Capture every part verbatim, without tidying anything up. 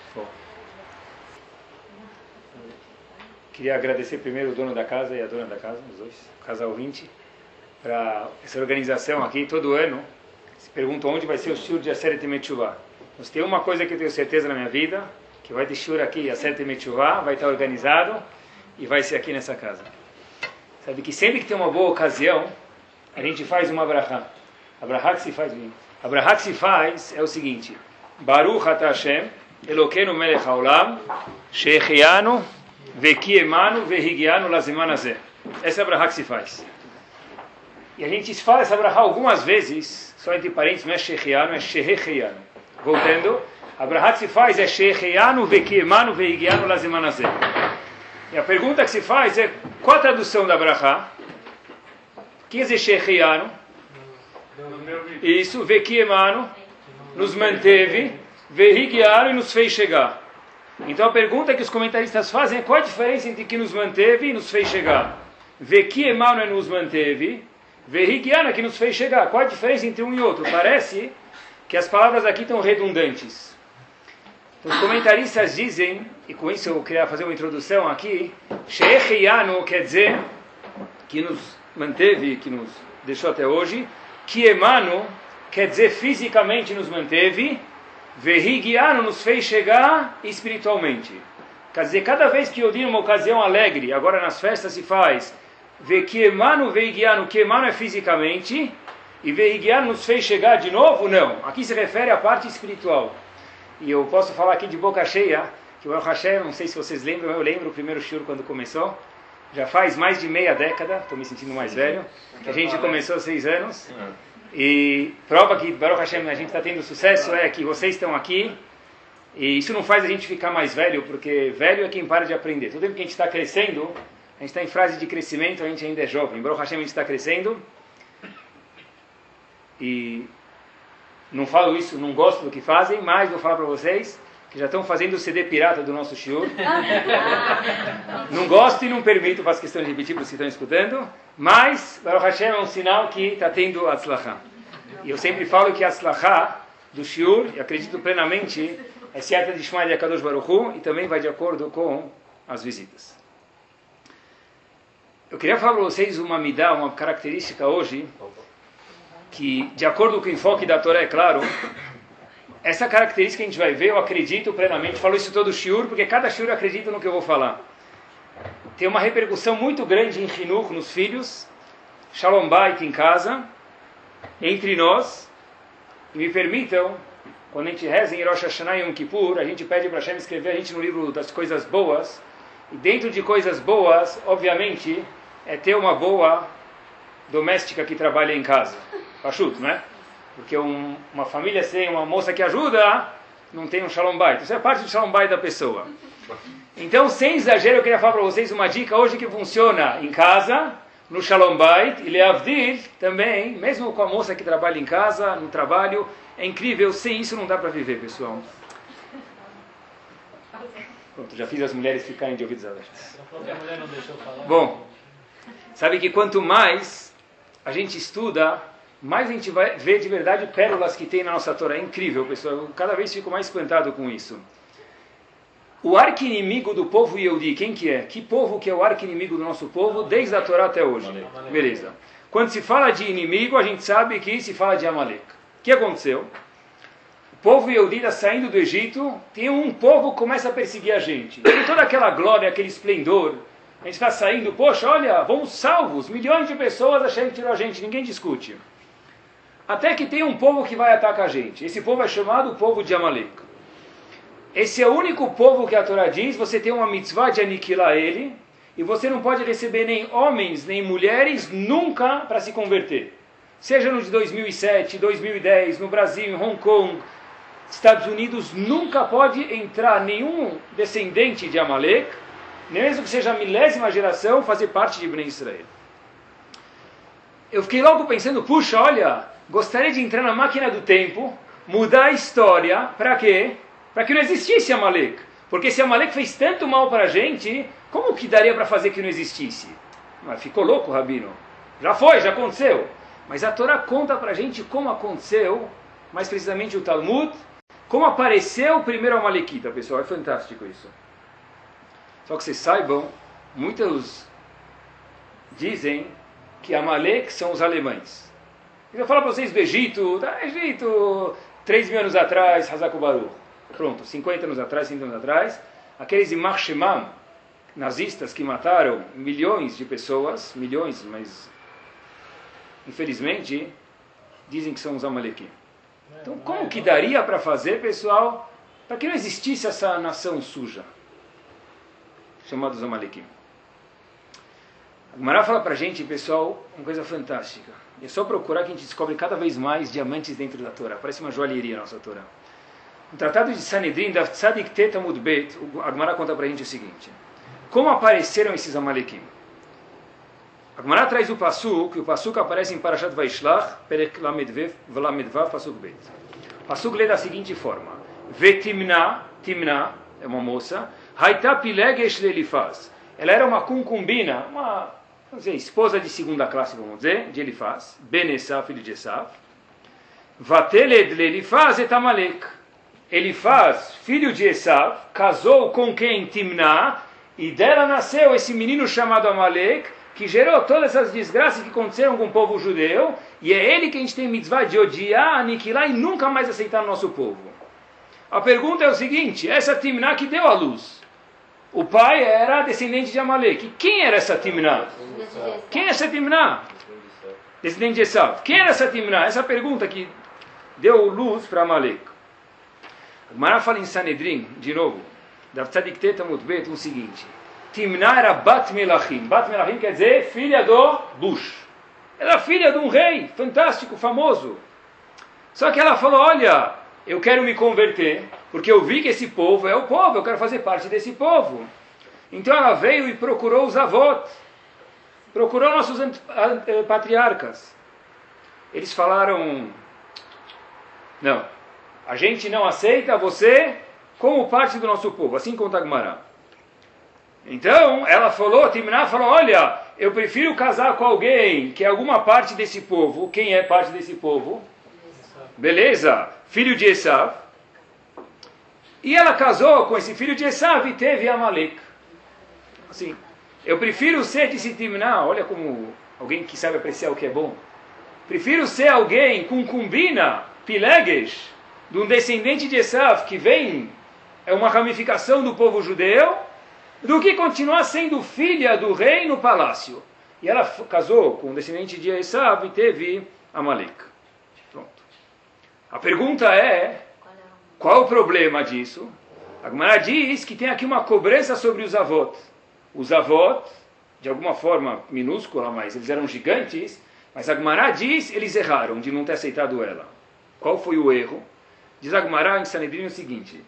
Bom, queria agradecer primeiro o dono da casa e a dona da casa, os dois, o casal vinte, para essa organização aqui. Todo ano se pergunta onde vai ser o shiur de Aseret Metshuvah. Mas tem uma coisa que eu tenho certeza na minha vida, que vai ter shiur aqui, Aseret Metshuvah, vai estar organizado e vai ser aqui nessa casa. Sabe que sempre que tem uma boa ocasião, a gente faz uma brachá. A brachá que se faz, a brachá que se faz é o seguinte: Baruch Ata Hashem, Elokeinu Melech Haolam, Shechianu, Vekiemanu, Vehigianu Laziman Azeh. Essa é a brachá que se faz. E a gente fala essa brachá algumas vezes, só entre parênteses, não é Shechianu, é Shehechianu. Voltando, a brachá que se faz é Shechianu, Vekiemanu, Vehigianu Laziman Azeh. E a pergunta que se faz é, qual a tradução da brachá? O que é Shechianu? Isso, Vekiemanu, nos manteve, Vehigianu, e nos fez chegar. Então a pergunta que os comentaristas fazem é, qual a diferença entre que nos manteve e nos fez chegar? Vekiemanu é nos manteve, Vehigianu é que nos fez chegar. Qual a diferença entre um e outro? Parece que as palavras aqui estão redundantes. Os comentaristas dizem, e com isso eu queria fazer uma introdução aqui, Shechianu quer dizer que nos manteve, que nos deixou até hoje. Kiemanu quer dizer fisicamente nos manteve. Vehigianu nos fez chegar espiritualmente. Quer dizer, cada vez que eu digo uma ocasião alegre, agora nas festas se faz Vekiemanu, Vehigianu. Kiemanu é fisicamente, e Vehigianu nos fez chegar de novo? Não. Aqui se refere à parte espiritual. E eu posso falar aqui de boca cheia, que o Baruch Hashem, não sei se vocês lembram, eu lembro o primeiro shiur quando começou, já faz mais de meia década, estou me sentindo mais velho, que a gente começou há seis anos, e prova que Baruch Hashem a gente está tendo sucesso é que vocês estão aqui, e isso não faz a gente ficar mais velho, porque velho é quem para de aprender. Todo tempo que a gente está crescendo, a gente está em fase de crescimento, a gente ainda é jovem. Baruch Hashem a gente está crescendo, e não falo isso, não gosto do que fazem, mas vou falar para vocês que já estão fazendo o C D pirata do nosso shiur. Não gosto e não permito, faço questão de repetir para os que estão escutando, mas Baruch Hashem é um sinal que está tendo Atzlachá. E eu sempre falo que Atzlachá do shiur, e acredito plenamente, é certa de Shema de Akadosh Baruch Hu, e também vai de acordo com as visitas. Eu queria falar para vocês uma midá, uma característica hoje, que de acordo com o enfoque da Torá, é claro, essa característica que a gente vai ver, eu acredito plenamente, falo isso todo shiur, porque cada shiur eu acredito no que eu vou falar. Tem uma repercussão muito grande em Hinuch, nos filhos, Shalom Bait em casa, entre nós, e me permitam, quando a gente reza em Rosh Hashanah e Yom Kippur, a gente pede para Hashem escrever a gente no livro das coisas boas, e dentro de coisas boas, obviamente, é ter uma boa doméstica que trabalha em casa. Pachuto, né? Porque um, uma família sem uma moça que ajuda, não tem um Shalom Bait. Isso é parte do Shalom Bait da pessoa. Então, sem exagero, eu queria falar para vocês uma dica hoje que funciona em casa, no Shalom Bait, e Leavdil também, mesmo com a moça que trabalha em casa, no trabalho, é incrível. Sem isso não dá para viver, pessoal. Pronto, já fiz as mulheres ficarem de ouvidos abertos. Bom, sabe que quanto mais a gente estuda, mais a gente vai ver de verdade pérolas que tem na nossa Torá. É incrível, pessoal. Eu cada vez fico mais espantado com isso. O arqui-inimigo do povo Yehudi, quem que é? Que povo que é o arqui-inimigo do nosso povo, desde a Torá até hoje? Beleza. Quando se fala de inimigo, a gente sabe que se fala de Amalek. O que aconteceu? O povo Yehudi está saindo do Egito, tem um povo que começa a perseguir a gente. Tem toda aquela glória, aquele esplendor. A gente está saindo, poxa, olha, vamos salvos, milhões de pessoas, Hashem tirou a gente, ninguém discute. Até que tem um povo que vai atacar a gente. Esse povo é chamado povo de Amalek. Esse é o único povo que a Torá diz, você tem uma mitzvah de aniquilar ele, e você não pode receber nem homens, nem mulheres, nunca para se converter. Seja no de dois mil e sete, dois mil e dez, no Brasil, em Hong Kong, Estados Unidos, nunca pode entrar nenhum descendente de Amalek, mesmo que seja a milésima geração, fazer parte de Bnei Israel. Eu fiquei logo pensando, puxa, olha, gostaria de entrar na máquina do tempo, mudar a história, para quê? Para que não existisse Amalek. Porque se Amalek fez tanto mal para a gente, como que daria para fazer que não existisse? Mas ficou louco, Rabino. Já foi, já aconteceu. Mas a Torá conta para a gente como aconteceu, mais precisamente o Talmud, como apareceu o primeiro Amalequita, pessoal. É fantástico isso. Só que vocês saibam, muitos dizem que Amalek são os alemães. Eu vou falar para vocês do Egito, tá? Egito, três mil anos atrás, Hazak Baruch. Pronto, cinquenta anos atrás, cinquenta anos atrás, aqueles Imar Shemam, nazistas que mataram milhões de pessoas, milhões, mas infelizmente dizem que são os Amalequim. Então, como que daria para fazer, pessoal, para que não existisse essa nação suja, chamada os Amalequim? A Gemara fala para a gente, pessoal, uma coisa fantástica. É só procurar que a gente descobre cada vez mais diamantes dentro da Torá. Parece uma joalheria a nossa Torá. No Tratado de Sanedrin, da Tzadik Tet Amud Bet, a Gemara conta para a gente o seguinte. Como apareceram esses Amalequim? A Gemara traz o Pasuk, e o Pasuk aparece em Parashat Vaishlach, Perek Lamedvav, Pasuk Bet. O Pasuk lê da seguinte forma. Vetimna, Timna, é uma moça, Haita Pilegesh Lelifaz. Ela era uma concubina, uma, vamos dizer, esposa de segunda classe, vamos dizer, de Elifaz, Ben Esav, filho de Esav. Vateled Lelifaz et Amalek. Elifaz, filho de Esav, casou com quem? Timna, e dela nasceu esse menino chamado Amalek, que gerou todas essas desgraças que aconteceram com o povo judeu, e é ele que a gente tem mitzvah de odiar, aniquilar e nunca mais aceitar no nosso povo. A pergunta é o seguinte, essa Timna que deu à luz, o pai era descendente de Amalek. Quem era essa Timna? Quem é essa Timna? Descendente de Esav. Quem era essa Timna? Essa pergunta que deu luz para Amalek. A Gemara fala em Sanedrin, de novo, da Tzadik Tet Amud Bet, o seguinte. Timna era Bat Melachim. Bat Melachim quer dizer filha do Bush. Ela era filha de um rei fantástico, famoso. Só que ela falou, olha, eu quero me converter, porque eu vi que esse povo é o povo, eu quero fazer parte desse povo. Então ela veio e procurou os avós, procurou nossos patriarcas. Eles falaram, não, a gente não aceita você como parte do nosso povo, assim conta a Gemara. Então ela falou, Timna falou, olha, eu prefiro casar com alguém que é alguma parte desse povo. Quem é parte desse povo? Beleza, filho de Esav. E ela casou com esse filho de Esav e teve Amalek. Assim, eu prefiro ser de Timna, olha como alguém que sabe apreciar o que é bom. Prefiro ser alguém com concubina, Pilegesh, de um descendente de Esav que vem, é uma ramificação do povo judeu, do que continuar sendo filha do rei no palácio. E ela casou com um descendente de Esav e teve Amalek. Pronto. A pergunta é, qual o problema disso? A Gemara diz que tem aqui uma cobrança sobre os avós. Os avós, de alguma forma minúscula, mas eles eram gigantes, mas a Gemara diz eles erraram de não ter aceitado ela. Qual foi o erro? Diz a Gemara em Sanedrin o seguinte,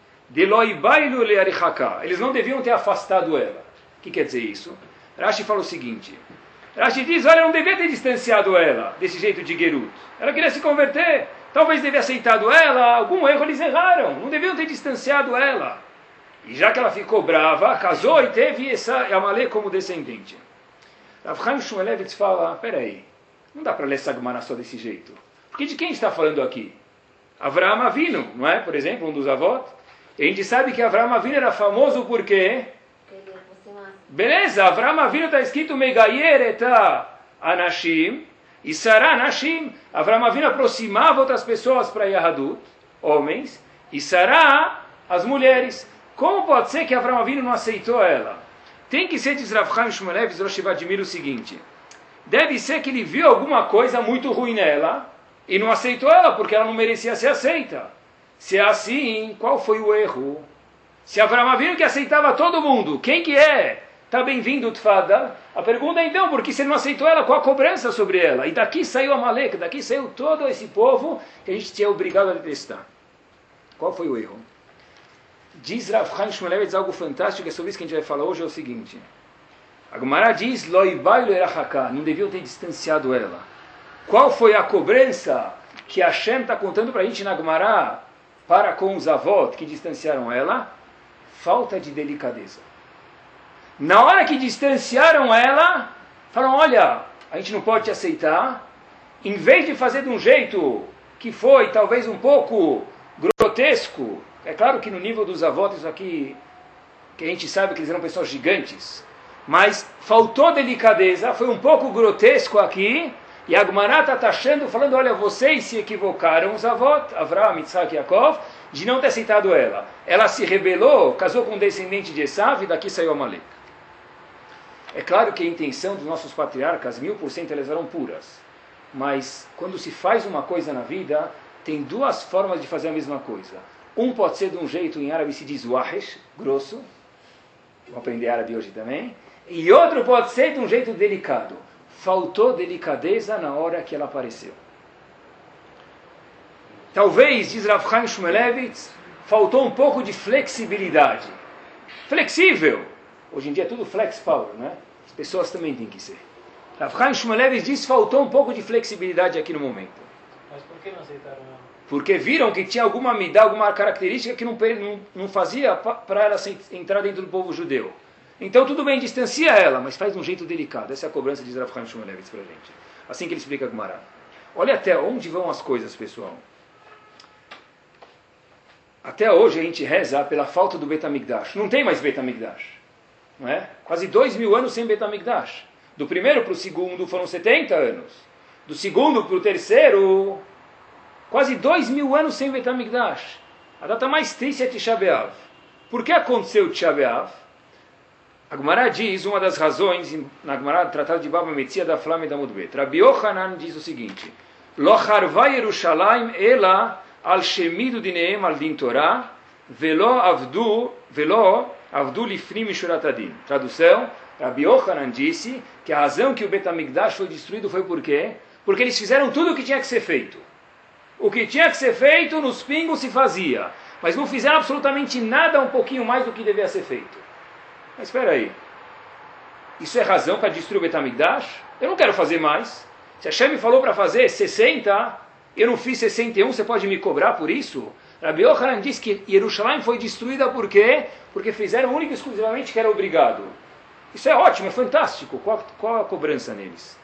eles não deviam ter afastado ela. O que quer dizer isso? Rashi fala o seguinte, Rashi diz, olha, não devia ter distanciado ela desse jeito de Gerut. Ela queria se converter, talvez devia ter aceitado ela, algum erro eles erraram, não deviam ter distanciado ela. E já que ela ficou brava, casou e teve essa Amalek como descendente. Rav Chaim Shmulevitz fala, peraí, não dá para ler essa Gemara só desse jeito. Porque de quem está falando aqui? Avraham Avinu, não é? Por exemplo, um dos avós. E a gente sabe que Avraham Avinu era famoso por quê? Beleza, Avraham Avinu está escrito Megayer eta Anashim e Sarah Anashim. Avraham Avinu aproximava outras pessoas para Yahadut, homens, e Sarah, as mulheres. Como pode ser que Avraham Avinu não aceitou ela? Tem que ser, diz Rav Chaim Shmulevitz Rosh Vadimir, o seguinte. Deve ser que ele viu alguma coisa muito ruim nela e não aceitou ela porque ela não merecia ser aceita. Se é assim, qual foi o erro? Se Avraham Avinu que aceitava todo mundo, quem que é? Está bem-vindo, Tfada. A pergunta é então, porque se ele não aceitou ela, qual a cobrança sobre ela? E daqui saiu Amalek, daqui saiu todo esse povo que a gente tinha obrigado a detestar. Qual foi o erro? Diz Rav Chaim Shmulevitz algo fantástico, é sobre isso que a gente vai falar hoje, é o seguinte. A Gemara diz, não deviam ter distanciado ela. Qual foi a cobrança que Hashem está contando para a gente na Gemara para com os avós que distanciaram ela? Falta de delicadeza. Na hora que distanciaram ela, falaram, olha, a gente não pode te aceitar. Em vez de fazer de um jeito que foi talvez um pouco grotesco. É claro que no nível dos avós, isso aqui, que a gente sabe que eles eram pessoas gigantes, mas faltou delicadeza, foi um pouco grotesco aqui, e a Gemara está taxando, falando, olha, vocês se equivocaram, os avós, Avraham, Yitzhak e Yaakov, de não ter aceitado ela. Ela se rebelou, casou com um descendente de Esav, e daqui saiu Amalek. É claro que a intenção dos nossos patriarcas, mil por cento, elas eram puras. Mas quando se faz uma coisa na vida, tem duas formas de fazer a mesma coisa. Um pode ser de um jeito, em árabe se diz wahesh, grosso. Vou aprender árabe hoje também. E outro pode ser de um jeito delicado. Faltou delicadeza na hora que ela apareceu. Talvez, diz Rav Chaim Shmulevitz, faltou um pouco de flexibilidade. Flexível. Hoje em dia é tudo flex power, né? As pessoas também têm que ser. Rav Chaim Shmulevitz diz que faltou um pouco de flexibilidade aqui no momento. Mas por que não aceitaram ela? Porque viram que tinha alguma midá, alguma característica que não, não, não fazia para ela entrar dentro do povo judeu. Então tudo bem, distancia ela, mas faz de um jeito delicado. Essa é a cobrança de Rav Chaim Shmulevitz para a gente. Assim que ele explica a Gemara. Olha até onde vão as coisas, pessoal. Até hoje a gente reza pela falta do Beit HaMikdash. Não tem mais Beit HaMikdash. Não é? Quase dois mil anos sem Beit HaMikdash. Do primeiro para o segundo foram setenta anos. Do segundo para o terceiro, quase dois mil anos sem Beit HaMikdash. A data mais triste é Tisha B'Av. Por que aconteceu Tisha B'Av? A Gemara diz, uma das razões, na Gemara, Tratado de Baba Metzia da Flama e da Mudbet. Rabi Yochanan diz o seguinte: Lo harva Yerushalayim ela al shemidu dineem al din Torah velo avdu velo avdu lifnim mishuratadin. Tradução: Rabi Yochanan disse que a razão que o Beit HaMikdash foi destruído foi por quê? Porque eles fizeram tudo o que tinha que ser feito. O que tinha que ser feito nos pingos se fazia, mas não fizeram absolutamente nada um pouquinho mais do que devia ser feito. Mas espera aí, isso é razão para destruir o Beit HaMikdash? Eu não quero fazer mais. Se a Hashem me falou para fazer sessenta, eu não fiz sessenta e um, você pode me cobrar por isso? Rabi Yochanan diz que Jerusalém foi destruída por quê? Porque fizeram única e exclusivamente que era obrigado. Isso é ótimo, é fantástico. Qual, qual a cobrança neles?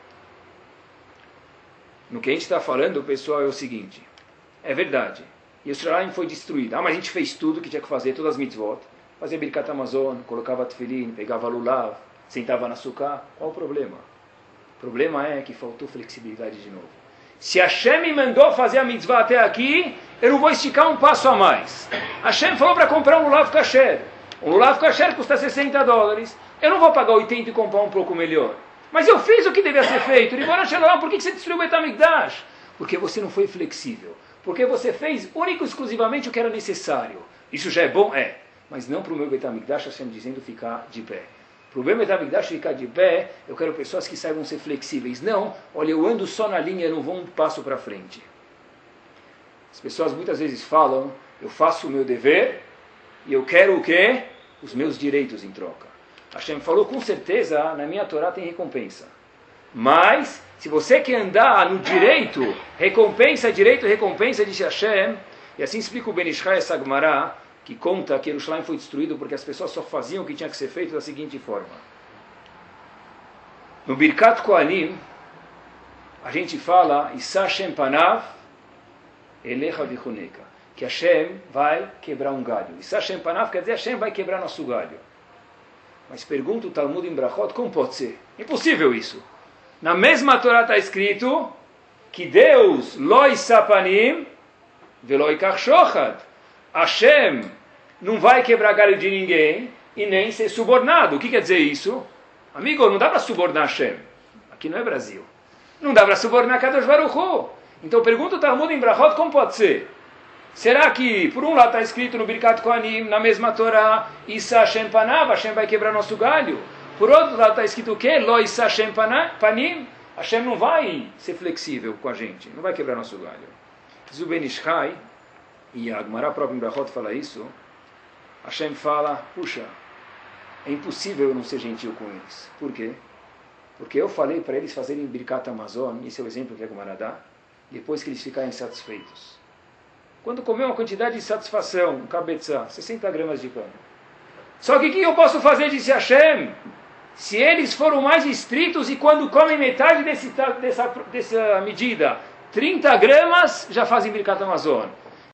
No que a gente está falando, pessoal, é o seguinte. É verdade. Jerusalém foi destruída. Ah, mas a gente fez tudo que tinha que fazer, todas as mitzvot. Fazia Birkat Hamazon, colocava tefilim, pegava lulav, sentava na sukkah. Qual o problema? O problema é que faltou flexibilidade de novo. Se Hashem me mandou fazer a mitzvah até aqui, eu não vou esticar um passo a mais. Hashem falou para comprar um lulav kasher. Um lulav kasher custa sessenta dólares. Eu não vou pagar oitenta e comprar um pouco melhor. Mas eu fiz o que devia ser feito. Por que você destruiu o Beit HaMikdash? Porque você não foi flexível. Porque você fez único e exclusivamente o que era necessário. Isso já é bom? É. Mas não para o meu Beit HaMikdash, Hashem dizendo ficar de pé. Para o meu Beit HaMikdash ficar de pé, eu quero pessoas que saibam ser flexíveis. Não, olha, eu ando só na linha, eu não vou um passo para frente. As pessoas muitas vezes falam, eu faço o meu dever e eu quero o quê? Os meus direitos em troca. Hashem falou, com certeza, na minha Torá tem recompensa. Mas, se você quer andar no direito, recompensa, direito, recompensa, disse Hashem, e assim explica o Ben Ishai essa Gemara, que conta que Jerusalém foi destruído porque as pessoas só faziam o que tinha que ser feito da seguinte forma. No Birkat Kohanim, a gente fala, Issa Hashem panav elecha vichuneka, que Hashem vai quebrar um galho. Issa Hashem panav quer dizer Hashem vai quebrar nosso galho. Mas pergunta o Talmud em Brachot, como pode ser? Impossível isso. Na mesma Torá está escrito que Deus lo issa panim velo ikach shochad. Hashem não vai quebrar galho de ninguém e nem ser subornado. O que quer dizer isso? Amigo, não dá para subornar Hashem. Aqui não é Brasil. Não dá para subornar Kadosh Baruch Hu. Então pergunta o Talmud em Brachot, como pode ser? Será que, por um lado está escrito no Birkat Kohanim, na mesma Torá, Issa Hashem panav, Hashem vai quebrar nosso galho? Por outro lado está escrito o quê? Lo Issa Hashem panim, Hashem não vai ser flexível com a gente, não vai quebrar nosso galho. Diz o Ben Ishai, e a Gemara própria em Brachot fala isso, Hashem fala, puxa, é impossível eu não ser gentil com eles. Por quê? Porque eu falei para eles fazerem Birkat Hamazon, esse é o exemplo que a Gemara dá, depois que eles ficarem satisfeitos. Quando comer uma quantidade de satisfação, um cabeça, sessenta gramas de pão. Só que o que eu posso fazer, disse Hashem? Se eles foram mais estritos e quando comem metade desse, dessa, dessa medida, trinta gramas, já fazem Birkat Hamazon.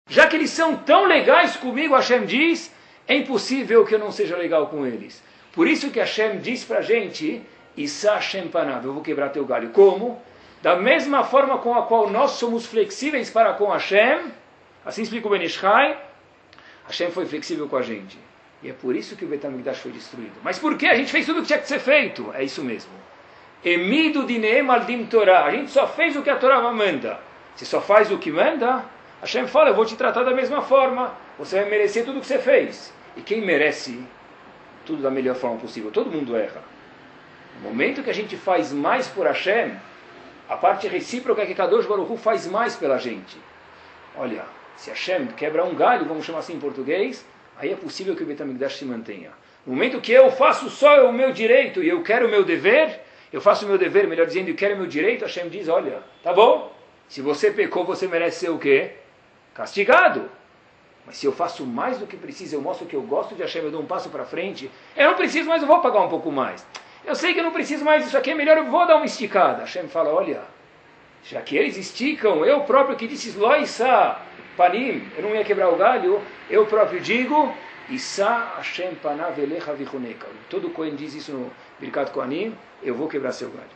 Já que eles são tão legais comigo, Hashem diz, é impossível que eu não seja legal com eles. Por isso que Hashem diz para a gente, Issa Hashem panav, eu vou quebrar teu galho. Como? Da mesma forma com a qual nós somos flexíveis para com Hashem, assim explica o Ben Ish Chai, Hashem foi flexível com a gente. E é por isso que o Beit HaMikdash foi destruído. Mas por quê? A gente fez tudo o que tinha que ser feito. É isso mesmo. Emidu dineem aldim Torah. A gente só fez o que a Torá manda. Se só faz o que manda, Hashem fala, eu vou te tratar da mesma forma. Você vai merecer tudo o que você fez. E quem merece tudo da melhor forma possível? Todo mundo erra. No momento que a gente faz mais por Hashem, a parte recíproca é que Kadosh Baruch Hu faz mais pela gente. Olha, se Hashem quebra um galho, vamos chamar assim em português, aí é possível que o Beit HaMikdash se mantenha. No momento que eu faço só o meu direito e eu quero o meu dever, eu faço o meu dever, melhor dizendo, eu quero o meu direito, Hashem diz, olha, tá bom, se você pecou, você merece ser o quê? Castigado. Mas se eu faço mais do que preciso, eu mostro que eu gosto de Hashem, eu dou um passo para frente, eu não preciso, mas eu vou pagar um pouco mais. Eu sei que eu não preciso mais disso aqui, é melhor eu vou dar uma esticada. Hashem fala, olha, já que eles esticam, eu próprio que disse, Loisa panim, eu não ia quebrar o galho, eu próprio digo, Issa Hashem panav elecha vichuneka. Todo Cohen diz isso no Birkat Kohanim, eu vou quebrar seu galho.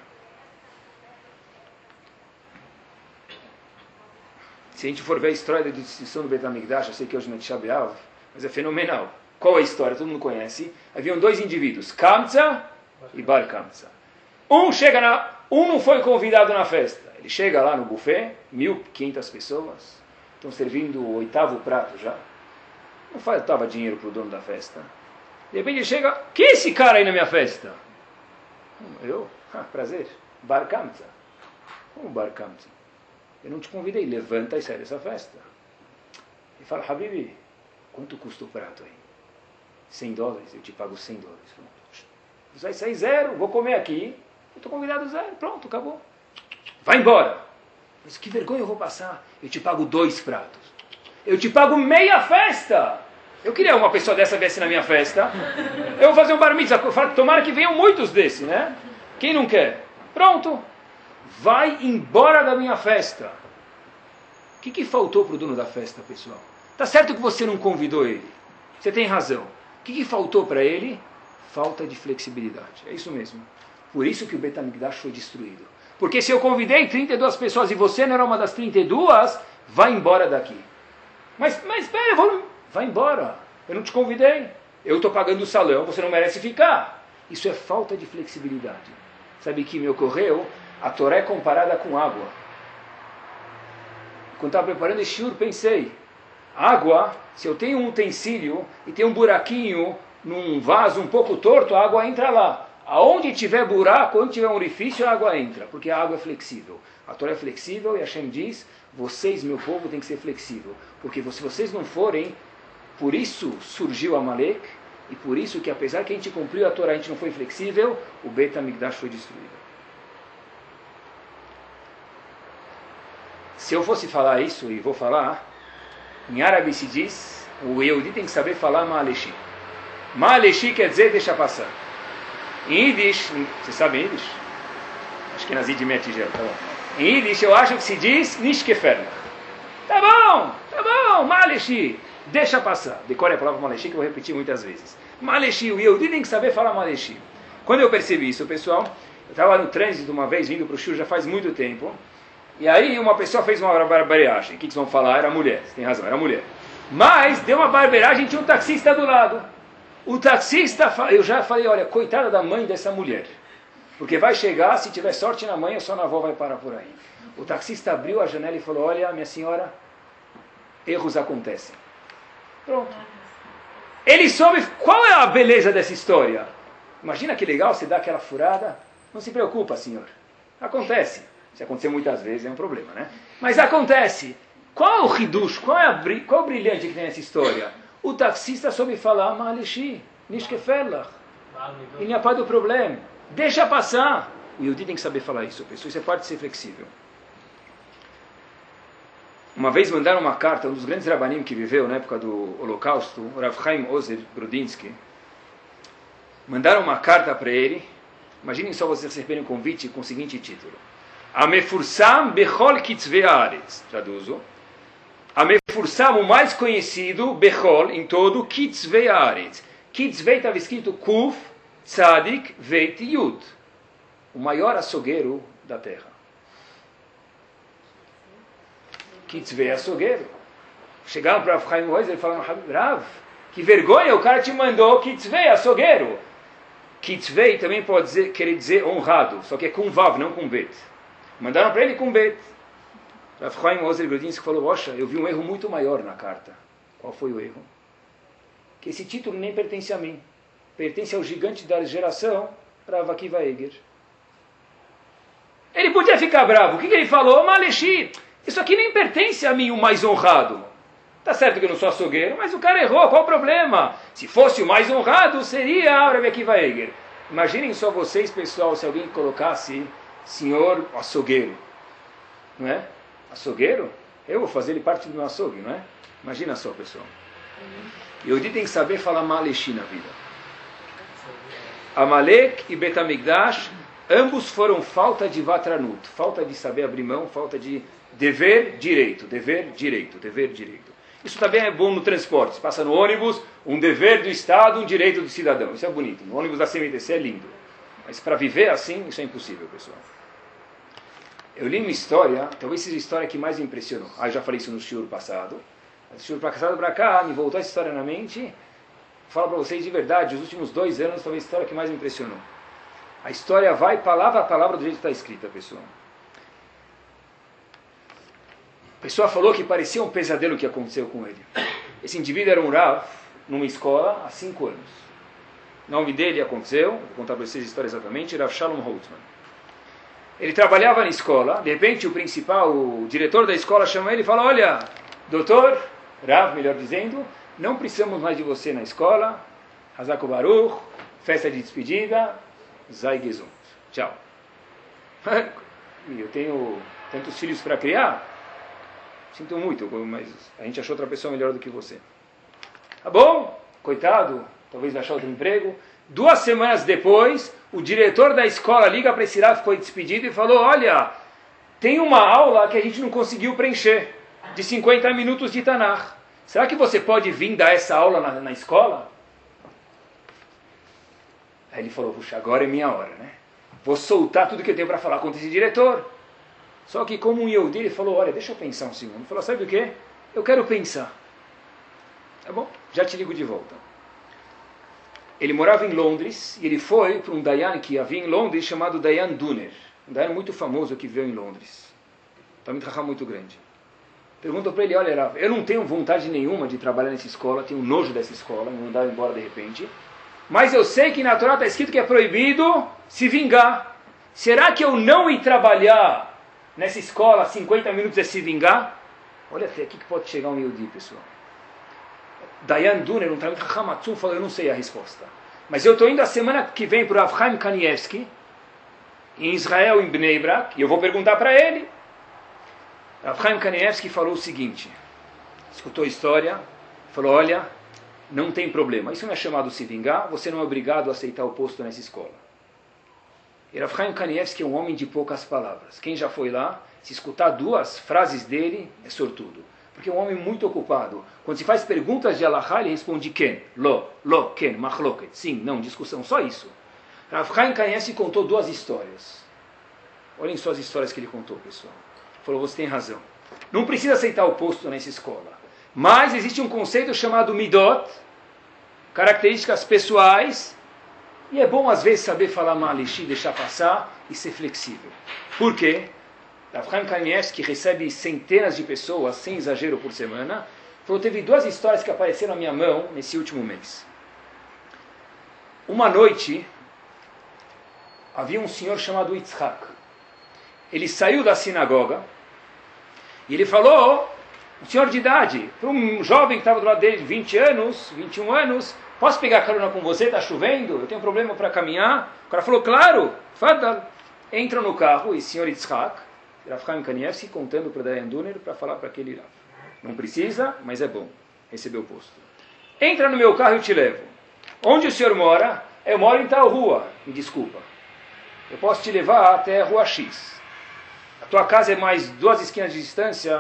Se a gente for ver a história da destruição do Beit HaMikdash, eu sei que hoje não é Tisha B'Av, mas é fenomenal. Qual é a história? Todo mundo conhece. Haviam dois indivíduos, Kamtza e Bar Kamtza. Um chega na, um não foi convidado na festa. Ele chega lá no buffet, mil e quinhentas pessoas, estão servindo o oitavo prato já. Não faltava dinheiro para o dono da festa. De repente ele chega, que é esse cara aí na minha festa? Eu? Ah, prazer. Bar Kamtza. Como Bar Kamtza? Eu não te convidei, levanta e sai dessa festa. Ele fala, Habibi, quanto custa o prato aí? cem dólares, eu te pago cem dólares. Você vai sair zero, vou comer aqui, eu estou convidado zero, pronto, acabou. Vai embora. Mas que vergonha eu vou passar? Eu te pago dois pratos. Eu te pago meia festa. Eu queria uma pessoa dessa viesse na minha festa. Eu vou fazer um bar mitzvah, tomara que venham muitos desses, né? Quem não quer? Pronto. Vai embora da minha festa. O que, que faltou para o dono da festa, pessoal? Tá certo que você não convidou ele. Você tem razão. O que, que faltou para ele? Falta de flexibilidade. É isso mesmo. Por isso que o Beit HaMikdash foi destruído. Porque se eu convidei trinta e duas pessoas e você não era uma das trinta e duas, vai embora daqui. Mas, mas espera, eu vou... vai embora. Eu não te convidei. Eu estou pagando o salão, você não merece ficar. Isso é falta de flexibilidade. Sabe o que me ocorreu? A Torá é comparada com água. Quando estava preparando esse shiur, pensei, água, se eu tenho um utensílio e tem um buraquinho num vaso um pouco torto, a água entra lá. Aonde tiver buraco, onde tiver um orifício, a água entra, porque a água é flexível. A Torá é flexível e Hashem diz, vocês, meu povo, tem que ser flexível. Porque se vocês não forem, por isso surgiu Amalek, e por isso que apesar que a gente cumpriu a Torá, a gente não foi flexível, o Beit HaMikdash foi destruído. Se eu fosse falar isso, e vou falar, em árabe se diz, o Yehudi tem que saber falar Ma'aleshi. Ma'aleshi quer dizer deixa passar. Em Yiddish, você sabe Yiddish? Acho que é nas Yiddish Tigel, tá bom. Em Yiddish eu acho que se diz Nishkeferna. Tá bom, tá bom, Ma'aleshi, deixa passar. Decore a palavra Ma'aleshi que eu vou repetir muitas vezes. Ma'aleshi, o Yehudi tem que saber falar Ma'aleshi. Quando eu percebi isso, pessoal, eu estava no trânsito uma vez, vindo para o Shur já faz muito tempo, e aí uma pessoa fez uma barbeiragem. O que, que vocês vão falar? Era mulher. Você tem razão, era mulher. Mas deu uma barbeiragem e tinha um taxista do lado. O taxista, eu já falei, olha, coitada da mãe dessa mulher. Porque vai chegar, se tiver sorte na mãe, a sua avó vai parar por aí. O taxista abriu a janela e falou, olha, minha senhora, erros acontecem. Pronto. Ele soube qual é a beleza dessa história. Imagina que legal, você dá aquela furada. Não se preocupa, senhor. Acontece. Se acontecer muitas vezes é um problema, né? Mas acontece. Qual é o hidush? Qual é, a, qual é o brilhante que tem nessa história? O taxista soube falar, Ma'aleshi, Nishkeferlach. Ele é pai do problema. Deixa passar. O Yehudi tem que saber falar isso, pessoal. Isso é parte de ser flexível. Uma vez mandaram uma carta, um dos grandes rabanim que viveu na época do Holocausto, o Rav Chaim Ozer Brudinsky. Mandaram uma carta para ele. Imaginem só vocês receberem um convite com o seguinte título. Amefursam bechol kitzvei haaretz. Traduzo. Amefursam reforçamos o mais conhecido, Bechol, em todo, Kitzvei Haaretz. Kitzvei estava escrito Kuf, Tzadik, Veit Yud. O maior açougueiro da terra. Kitzvei açougueiro. Chegaram para Rav Chaim Ozer e falaram, Rav, que vergonha, o cara te mandou Kitzvei açougueiro. Kitzvei também pode dizer, querer dizer honrado, só que é com Vav, não com Bet. Mandaram para ele com Bet. Rav Chaim Ozer Grudinski falou, Rocha, eu vi um erro muito maior na carta. Qual foi o erro? Que esse título nem pertence a mim. Pertence ao gigante da geração, Rav Akiva Eger. Ele podia ficar bravo. O que, que ele falou? Maleshi, isso aqui nem pertence a mim, o mais honrado. Tá certo que eu não sou açougueiro, mas o cara errou, qual o problema? Se fosse o mais honrado, seria Rav Akiva Eger. Imaginem só vocês, pessoal, se alguém colocasse senhor açougueiro. Não é? Açougueiro? Eu vou fazer ele parte do meu açougue, não é? Imagina só, pessoal. Yehudi tem que saber falar Maleshi na vida. Amalek e Betamigdash, ambos foram falta de Vatranut, falta de saber abrir mão, falta de dever direito, dever direito, dever direito. Isso também é bom no transporte. Você passa no ônibus, um dever do Estado, um direito do cidadão. Isso é bonito. No ônibus da C M T C é lindo. Mas para viver assim, isso é impossível, pessoal. Eu li uma história, talvez seja a história que mais me impressionou. Ah, eu já falei isso no shiur passado. No shiur passado para cá, me voltou essa história na mente. Vou falar para vocês de verdade, os últimos dois anos, talvez a história que mais me impressionou. A história vai palavra a palavra do jeito que está escrita, pessoal. A pessoa falou que parecia um pesadelo que aconteceu com ele. Esse indivíduo era um Rav, numa escola, há cinco anos. O nome dele aconteceu, vou contar para vocês a história exatamente, Rav Shalom Holtzman. Ele trabalhava na escola, de repente o principal, o diretor da escola chama ele e fala, olha, doutor, Rav, melhor dizendo, não precisamos mais de você na escola, Hazako Baruch, festa de despedida, Zai Gesund. Tchau. Eu tenho tantos filhos para criar, sinto muito, mas a gente achou outra pessoa melhor do que você. Tá bom? Coitado, talvez vai achar outro emprego. Duas semanas depois, o diretor da escola liga para esse Rav, foi despedido e falou, olha, tem uma aula que a gente não conseguiu preencher, de cinquenta minutos de Tanakh. Será que você pode vir dar essa aula na, na escola? Aí ele falou, puxa, agora é minha hora, né? Vou soltar tudo que eu tenho para falar contra esse diretor. Só que como um Yehudi, ele falou, olha, deixa eu pensar um segundo. Ele falou, sabe o quê? Eu quero pensar. Tá bom? Já te ligo de volta. Ele morava em Londres, e ele foi para um Dayan que havia em Londres, chamado Dayan Duner. Um Dayan muito famoso que veio em Londres. Também um muito grande. Perguntou para ele, olha, eu não tenho vontade nenhuma de trabalhar nessa escola, tenho nojo dessa escola, me mandaram embora de repente. Mas eu sei que na Torá está escrito que é proibido se vingar. Será que eu não ir trabalhar nessa escola cinquenta minutos é se vingar? Olha até aqui que pode chegar um Yehudi, pessoal. Dayan Duner, um Talmid Chacham Atzum, falou, eu não sei a resposta. Mas eu estou indo a semana que vem para o Rav Chaim Kanievsky, em Israel, em Bnei Brak, e eu vou perguntar para ele. Rav Chaim Kanievsky falou o seguinte, escutou a história, falou, olha, não tem problema, isso não é chamado se vingar, você não é obrigado a aceitar o posto nessa escola. E Rav Chaim Kanievsky é um homem de poucas palavras. Quem já foi lá, se escutar duas frases dele, é sortudo. Porque é um homem muito ocupado. Quando se faz perguntas de Allahá, ele responde ken, lo, lo, ken, machloket. Sim, não, discussão, só isso. Rav Chaim Kanievsky contou duas histórias. Olhem só as histórias que ele contou, pessoal. Falou, você tem razão. Não precisa aceitar o posto nessa escola. Mas existe um conceito chamado midot, características pessoais, e é bom às vezes saber falar malishi, deixar passar e ser flexível. Por quê? Rav Chaim Kanievsky, que recebe centenas de pessoas, sem exagero, por semana, falou, teve duas histórias que apareceram na minha mão nesse último mês. Uma noite, havia um senhor chamado Yitzhak. Ele saiu da sinagoga e ele falou, um senhor de idade, para um jovem que estava do lado dele, vinte anos, vinte e um anos, posso pegar carona com você? Está chovendo? Eu tenho um problema para caminhar? O cara falou, claro, fadal. Entra no carro e o senhor Yitzhak, Rav Chaim Kanievsky, contando para Dayan Duner para falar para aquele Rav. Não precisa, mas é bom receber o posto. Entra no meu carro e eu te levo. Onde o senhor mora? Eu moro em tal rua. Me desculpa. Eu posso te levar até a rua X. A tua casa é mais duas esquinas de distância,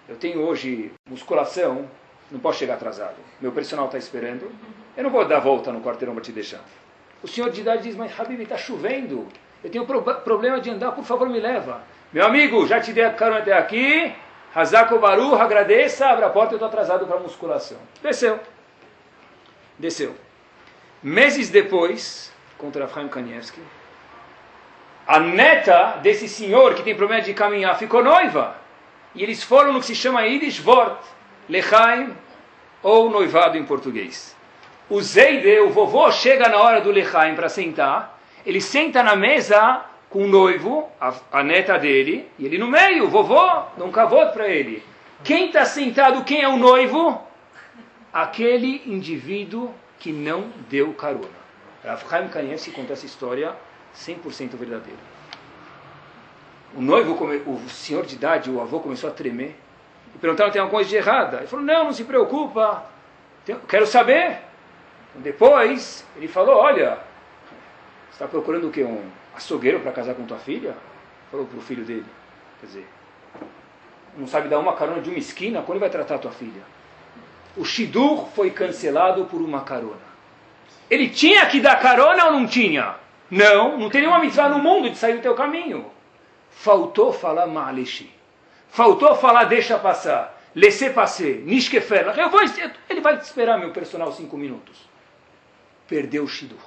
eu tenho hoje musculação, não posso chegar atrasado. Meu personal está esperando. Eu não vou dar volta no quarteirão para te deixar. O senhor de idade diz, mas Habib, está chovendo. Eu tenho pro problema de andar, por favor, me leva. Meu amigo, já te dei a carona até aqui. Hazako Baruch, agradeça, abre a porta, eu estou atrasado para a musculação. Desceu. Desceu. Meses depois, contra Rav Kanievski, a neta desse senhor que tem problema de caminhar ficou noiva. E eles foram no que se chama Yiddish Wort, Lechaim, ou noivado em português. O Zeide, o vovô, chega na hora do Lechaim para sentar. Ele senta na mesa com o noivo, a, a neta dele, e ele no meio, o vovô, dá um cavote para ele. Quem está sentado, quem é o noivo? Aquele indivíduo que não deu carona. Rav Chaim Kanievski conta essa história cem por cento verdadeira. O noivo, o senhor de idade, o avô, começou a tremer. E perguntaram, tem alguma coisa de errada? Ele falou, não, não se preocupa, eu quero saber. Depois, ele falou, olha, você está procurando o quê? Um açougueiro para casar com tua filha? Falou para o filho dele. Quer dizer, não sabe dar uma carona de uma esquina, como ele vai tratar a tua filha? O Shidur foi cancelado por uma carona. Ele tinha que dar carona ou não tinha? Não, não tem nenhuma mitzvah no mundo de sair do teu caminho. Faltou falar ma'aleshi. Faltou falar deixa passar. Laissez passer. Nishkefer. Eu vou, ele vai esperar meu personal cinco minutos. Perdeu o Shidur.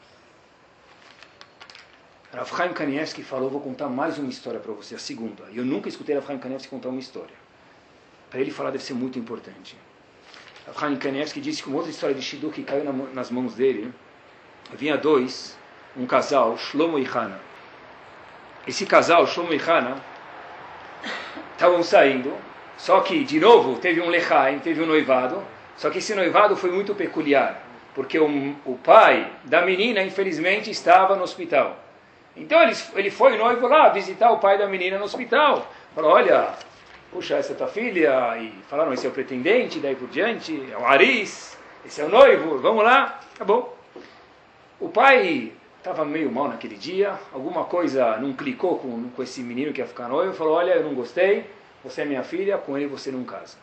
Rav Chaim Kanievski falou, vou contar mais uma história para você, a segunda. Eu nunca escutei Rav Chaim Kanievski contar uma história. Para ele falar deve ser muito importante. Rav Chaim Kanievski disse que uma outra história de Shidur que caiu na, nas mãos dele, vinha dois, um casal, Shlomo e Hana. Esse casal, Shlomo e Hana, estavam saindo, só que, de novo, teve um lechaim, teve um noivado, só que esse noivado foi muito peculiar, porque o, o pai da menina, infelizmente, estava no hospital. Então ele, ele foi noivo lá visitar o pai da menina no hospital. Falou, olha, puxa, essa é tua filha. E falaram, esse é o pretendente, daí por diante, é o Aris, esse é o noivo, vamos lá. Acabou. O pai estava meio mal naquele dia, alguma coisa não clicou com, com esse menino que ia ficar noivo, falou, olha, eu não gostei, você é minha filha, com ele você não casa.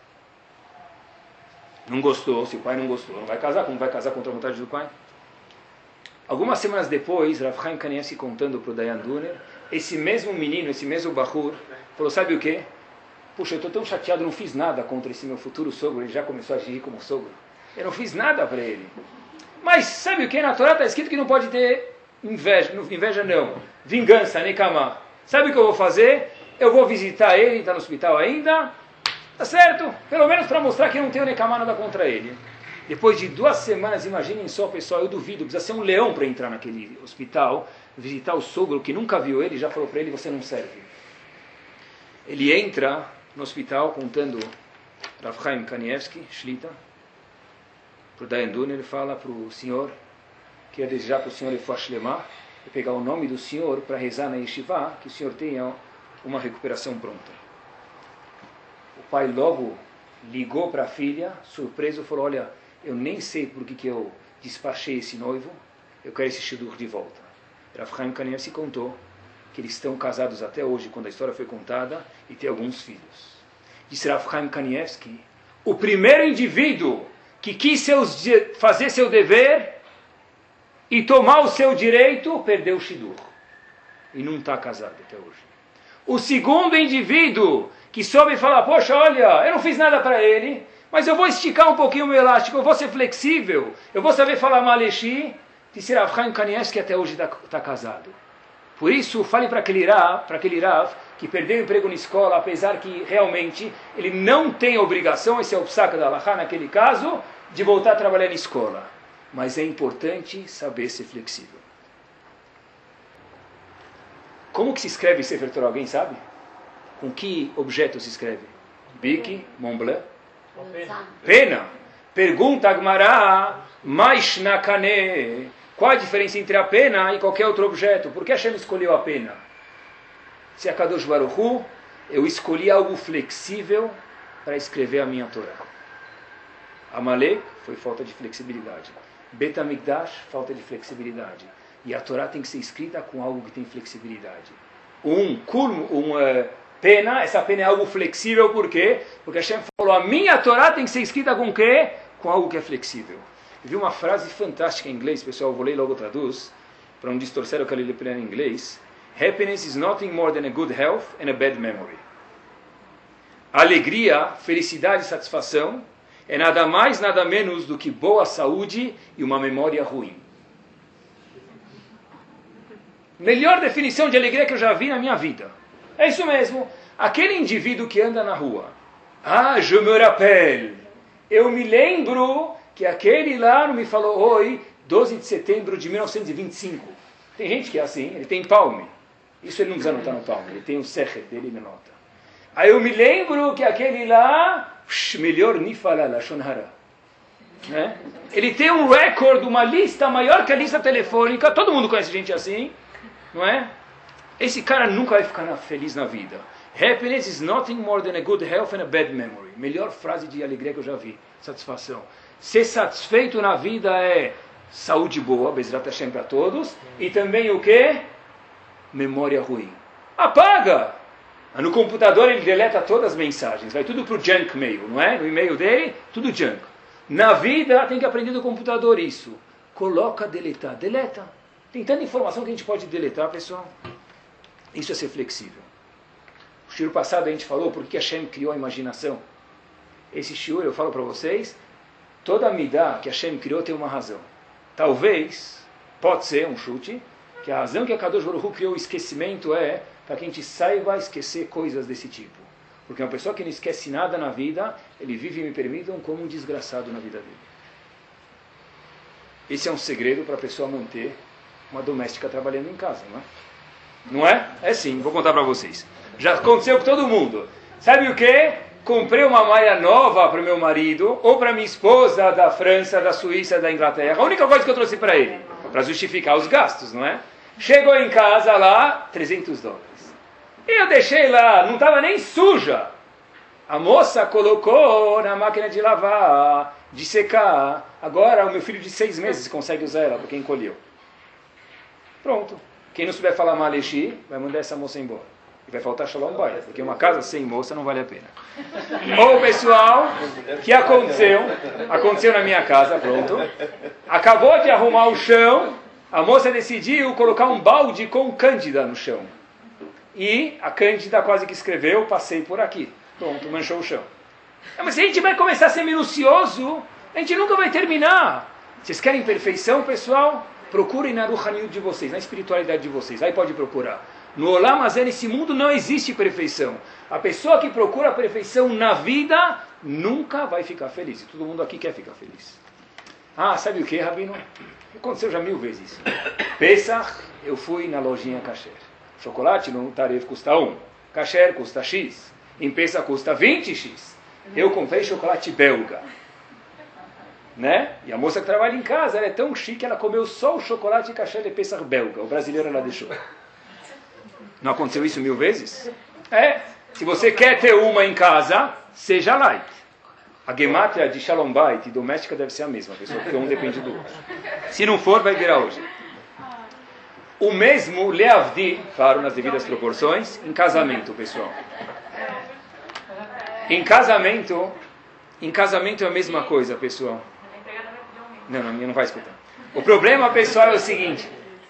Não gostou, se o pai não gostou, não vai casar, como vai casar contra a vontade do pai? Algumas semanas depois, Rav Chaim Kanievski contando para o Dayan Duner, esse mesmo menino, esse mesmo Bahur, falou, sabe o quê? Puxa, eu estou tão chateado, não fiz nada contra esse meu futuro sogro, ele já começou a agir como sogro. Eu não fiz nada para ele. Mas sabe o que? Na Torá está escrito que não pode ter inveja, inveja não, vingança, nekama. Sabe o que eu vou fazer? Eu vou visitar ele, está no hospital ainda, tá certo? Pelo menos para mostrar que eu não tenho nekama nada contra ele. Depois de duas semanas, imaginem só, pessoal, eu duvido, precisa ser um leão para entrar naquele hospital, visitar o sogro que nunca viu ele, já falou para ele, você não serve. Ele entra no hospital contando Rav Chaim Kanievski, Shlita, para o Dayan Duner, ele fala para o senhor, que ia desejar para o senhor Refuah Shlema, e pegar o nome do senhor para rezar na yeshiva, que o senhor tenha uma recuperação pronta. O pai logo ligou para a filha, surpreso, falou, olha, eu nem sei por que, que eu despachei esse noivo, eu quero esse shidur de volta. Rav Chaim Kanievski contou que eles estão casados até hoje, quando a história foi contada, e tem alguns filhos. Disse Rav Chaim Kanievski, o primeiro indivíduo que quis seus, fazer seu dever e tomar o seu direito, perdeu o shidur. E não está casado até hoje. O segundo indivíduo que soube falar, poxa, olha, eu não fiz nada para ele, mas eu vou esticar um pouquinho o meu elástico, eu vou ser flexível, eu vou saber falar malechi, disse Rav Chaim Kanievski que até hoje está tá casado. Por isso, fale para aquele Rav, para aquele Rav que perdeu o emprego na escola, apesar que realmente ele não tem obrigação, esse é o psaka da Halachá naquele caso, de voltar a trabalhar na escola. Mas é importante saber ser flexível. Como que se escreve Sefer Torah? Alguém sabe? Com que objeto se escreve? Bique, Montblanc? Pena. Pena. Pergunta a Gemara, Maishnakane. Qual a diferença entre a pena e qualquer outro objeto? Por que Hashem escolheu a pena? Se a Kadosh Baruch Hu, eu escolhi algo flexível para escrever a minha Torá. Amalek foi falta de flexibilidade. Bet HaMikdash, falta de flexibilidade. E a Torá tem que ser escrita com algo que tem flexibilidade. Um, um, uh, pena, essa pena é algo flexível, por quê? Porque Hashem falou, a minha Torá tem que ser escrita com o quê? Com algo que é flexível. Eu vi uma frase fantástica em inglês, pessoal, eu vou ler e logo traduz, para não distorcer o que ele lê em inglês. Happiness is nothing more than a good health and a bad memory. Alegria, felicidade e satisfação é nada mais, nada menos do que boa saúde e uma memória ruim. Melhor definição de alegria que eu já vi na minha vida. É isso mesmo. Aquele indivíduo que anda na rua. Ah, je me rappelle. Eu me lembro que aquele lá não me falou oi, doze de setembro de mil novecentos e vinte e cinco. Tem gente que é assim, ele tem palme. Isso ele não precisa anotar no palme, ele tem o secher dele e nota. Aí eu me lembro que aquele lá, melhor ni falar, lashon hara. Né? Ele tem um recorde, uma lista maior que a lista telefônica, todo mundo conhece gente assim, não é? Esse cara nunca vai ficar feliz na vida. Happiness is nothing more than a good health and a bad memory. Melhor frase de alegria que eu já vi. Satisfação. Ser satisfeito na vida é saúde boa, Bezrat Hashem para todos, e também o quê? Memória ruim. Apaga! No computador ele deleta todas as mensagens, vai tudo para o junk mail, não é? No e-mail dele, tudo junk. Na vida tem que aprender do computador isso. Coloca deletar, deleta. Tem tanta informação que a gente pode deletar, pessoal. Isso é ser flexível. No shiur passado a gente falou por que Hashem criou a imaginação. Esse shiur, eu falo para vocês, toda a midah que Hashem criou tem uma razão. Talvez, pode ser um chute, que a razão que a Kadosh Baruch Hu criou o esquecimento é para que a gente saiba esquecer coisas desse tipo. Porque uma pessoa que não esquece nada na vida, ele vive, me permitam, como um desgraçado na vida dele. Esse é um segredo para a pessoa manter uma doméstica trabalhando em casa, não é? Não é? É sim, vou contar para vocês. Já aconteceu com todo mundo. Sabe o que? Comprei uma malha nova para o meu marido, ou para minha esposa da França, da Suíça, da Inglaterra. A única coisa que eu trouxe para ele, para justificar os gastos, não é? Chegou em casa lá, trezentos dólares. E eu deixei lá, não estava nem suja. A moça colocou na máquina de lavar, de secar. Agora o meu filho de seis meses consegue usar ela, porque encolheu. Pronto. Quem não souber falar Malechi, vai mandar essa moça embora. E vai faltar Shalom Bayit, porque uma casa sem moça não vale a pena. Ou pessoal, o que aconteceu? Aconteceu na minha casa, pronto. Acabou de arrumar o chão, a moça decidiu colocar um balde com cândida no chão. E a cândida quase que escreveu, passei por aqui. Pronto, manchou o chão. Mas se a gente vai começar a ser minucioso, a gente nunca vai terminar. Vocês querem perfeição, pessoal? Procurem na Ruhaniyut de vocês, na espiritualidade de vocês. Aí pode procurar. No Olam Hazé, nesse mundo, não existe perfeição. A pessoa que procura a perfeição na vida nunca vai ficar feliz. E todo mundo aqui quer ficar feliz. Ah, sabe o que, Rabino? Aconteceu já mil vezes. Pesach, eu fui na lojinha Kasher. Chocolate no Taref custa um. Kasher custa X. Em Pesach custa vinte X. Eu comprei chocolate belga. Né? E a moça que trabalha em casa, ela é tão chique, ela comeu só o chocolate Kasher de Pesach belga. O brasileiro ela deixou. Não aconteceu isso mil vezes? É. Se você quer ter uma em casa, seja light. A gemátria de Shalom Bayit e doméstica deve ser a mesma, pessoal, porque um depende do outro. Se não for, vai virar hoje. O mesmo leavdi, claro, nas devidas proporções, em casamento, pessoal. Em casamento, em casamento é a mesma coisa, pessoal. Não, não, não vai escutar. O problema, pessoal, é o seguinte.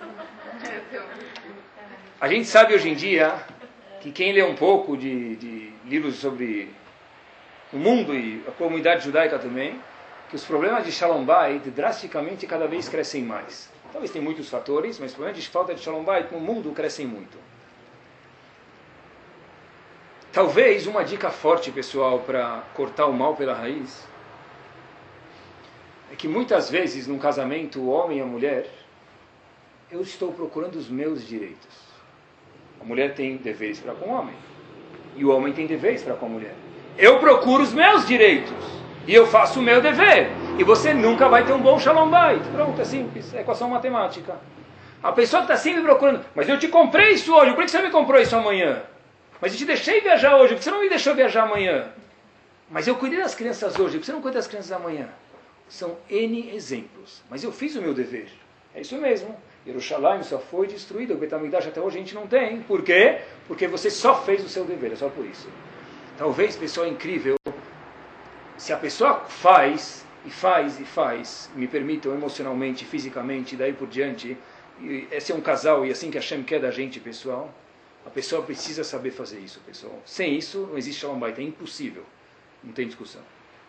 A gente sabe hoje em dia que quem lê um pouco de, de livros sobre o mundo e a comunidade judaica também, que os problemas de Shalom Bayit drasticamente cada vez crescem mais. Talvez tenha muitos fatores, mas os problemas de falta de Shalom Bayit no mundo crescem muito. Talvez uma dica forte, pessoal, para cortar o mal pela raiz, é que muitas vezes num casamento, o homem e a mulher, eu estou procurando os meus direitos. A mulher tem deveres para com o homem. E o homem tem deveres para com a mulher. Eu procuro os meus direitos. E eu faço o meu dever. E você nunca vai ter um bom Shalom Bayit. Pronto, é simples. É equação matemática. A pessoa que está sempre procurando. Mas eu te comprei isso hoje. Por que você me comprou isso amanhã? Mas eu te deixei viajar hoje. Por que você não me deixou viajar amanhã? Mas eu cuidei das crianças hoje. Por que você não cuida das crianças amanhã? São N exemplos. Mas eu fiz o meu dever. É isso mesmo. Jerusalém só foi destruída, o Beit HaMikdash até hoje a gente não tem. Por quê? Porque você só fez o seu dever, é só por isso. Talvez, pessoal, é incrível, se a pessoa faz, e faz, e faz, me permitam emocionalmente, fisicamente, daí por diante, e esse é um casal, e assim que Hashem quer da gente, pessoal, a pessoa precisa saber fazer isso, pessoal. Sem isso, não existe Shalom Bait, é impossível. Não tem discussão.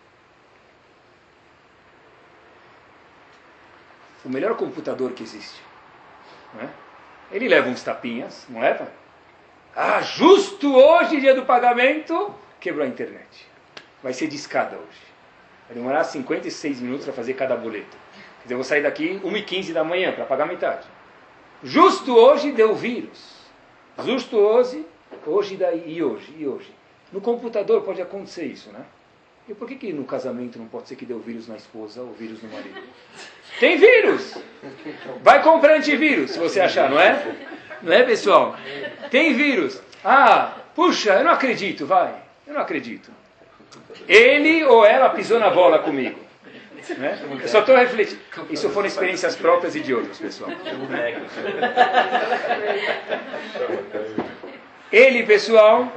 O melhor computador que existe, não é? Ele leva uns tapinhas, não leva? Ah, justo hoje, dia do pagamento, quebrou a internet. Vai ser discada hoje. Vai demorar cinquenta e seis minutos para fazer cada boleto. Quer dizer, eu vou sair daqui uma e quinze da manhã para pagar metade. Justo hoje deu vírus. Justo hoje, hoje daí, e hoje, e hoje. No computador pode acontecer isso, né? E por que, que no casamento não pode ser que deu vírus na esposa ou vírus no marido? Tem vírus! Vai comprar antivírus, se você achar, não é? Não é, pessoal? Tem vírus. Ah, puxa, eu não acredito, vai. Eu não acredito. Ele ou ela pisou na bola comigo. Né? Eu só estou refletindo. Isso foram experiências próprias e de outros, pessoal. Ele, pessoal,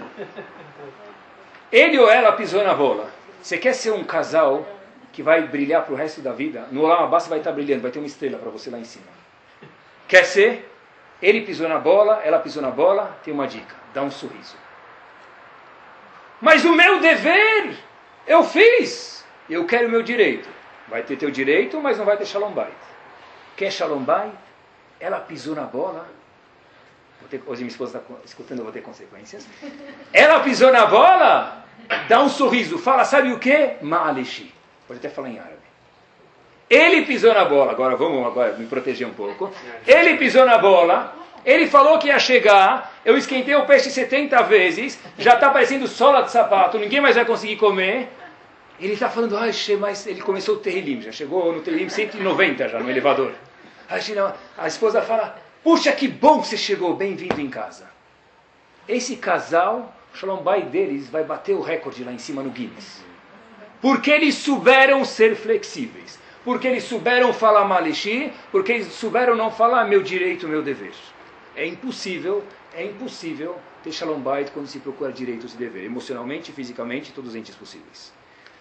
ele ou ela pisou na bola. Você quer ser um casal que vai brilhar para o resto da vida? No Olam Haba você vai estar brilhando, vai ter uma estrela para você lá em cima. Quer ser? Ele pisou na bola, ela pisou na bola, tem uma dica, dá um sorriso. Mas o meu dever, eu fiz. Eu quero o meu direito. Vai ter teu direito, mas não vai ter Shalom Bait. Quer Shalom Bait? Ela pisou na bola. Vou ter, hoje minha esposa está escutando, eu vou ter consequências. Ela pisou na bola, dá um sorriso. Fala, sabe o quê? Ma'aleshi. Pode até falar em árabe. Ele pisou na bola. Agora vamos agora me proteger um pouco. Ele pisou na bola. Ele falou que ia chegar. Eu esquentei o peixe setenta vezes. Já está parecendo sola de sapato. Ninguém mais vai conseguir comer. Ele está falando, ah, mas ele começou o Terrilim, já chegou no Terrilim cento e noventa já no elevador. A esposa fala, puxa, que bom que você chegou, bem-vindo em casa. Esse casal, o Shalom Bait deles vai bater o recorde lá em cima no Guinness. Porque eles souberam ser flexíveis. Porque eles souberam falar Ma'aleshi, porque eles souberam não falar meu direito, meu dever. É impossível, é impossível ter Shalom Bait quando se procura direitos e dever, emocionalmente, fisicamente, todos os entes possíveis.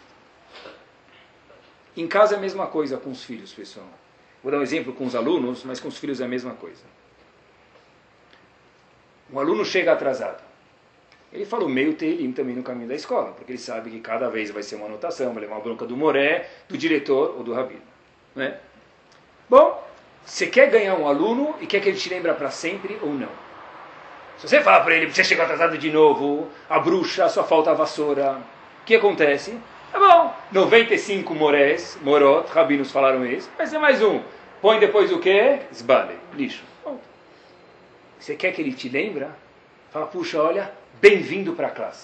Em casa é a mesma coisa com os filhos, pessoal. Vou dar um exemplo com os alunos, mas com os filhos é a mesma coisa. Um aluno chega atrasado. Ele fala o meio Tehillim também no caminho da escola, porque ele sabe que cada vez vai ser uma anotação, vai levar uma bronca do moré, do diretor ou do rabino. Né? Bom, você quer ganhar um aluno e quer que ele te lembre para sempre ou não? Se você falar para ele, você chegou atrasado de novo, a bruxa, só falta a vassoura, o que acontece? Tá bom, noventa e cinco morés, morot, rabinos falaram isso, vai ser mais um. Põe depois o quê? Esbale, lixo. Bom. Você quer que ele te lembra? Fala, puxa, olha, bem-vindo para a classe.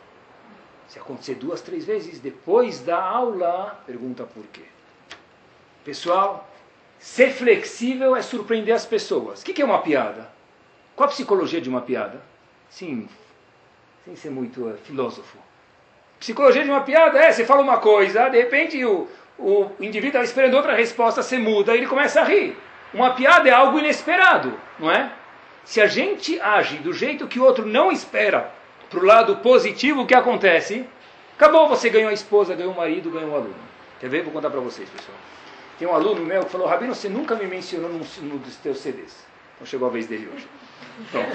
Se acontecer duas, três vezes, depois da aula, pergunta por quê. Pessoal, ser flexível é surpreender as pessoas. O que é uma piada? Qual a psicologia de uma piada? Sim, sem ser muito uh, filósofo. Psicologia de uma piada é, você fala uma coisa, de repente o, o indivíduo está esperando outra resposta, você muda e ele começa a rir. Uma piada é algo inesperado, não é? Se a gente age do jeito que o outro não espera, para o lado positivo, o que acontece? Acabou, você ganhou a esposa, ganhou o marido, ganhou o aluno. Quer ver? Vou contar para vocês, pessoal. Tem um aluno meu que falou, Rabino, você nunca me mencionou num, num dos teus C Ds. Então chegou a vez dele hoje. Pronto.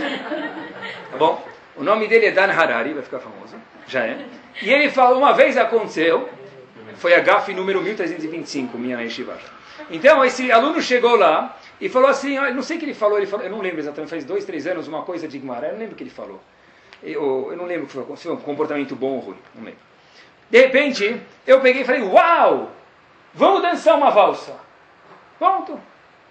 Tá bom? O nome dele é Dan Harari, vai ficar famoso. Já é. E ele falou, uma vez aconteceu, foi a G A F número mil trezentos e vinte e cinco, minha yeshiva. Então, esse aluno chegou lá e falou assim, eu não sei o que ele falou, ele falou, eu não lembro exatamente, faz dois, três anos, uma coisa de Gemara, eu não lembro o que ele falou. Eu, eu não lembro se foi um comportamento bom ou ruim, não lembro. De repente, eu peguei e falei, uau, vamos dançar uma valsa. Pronto.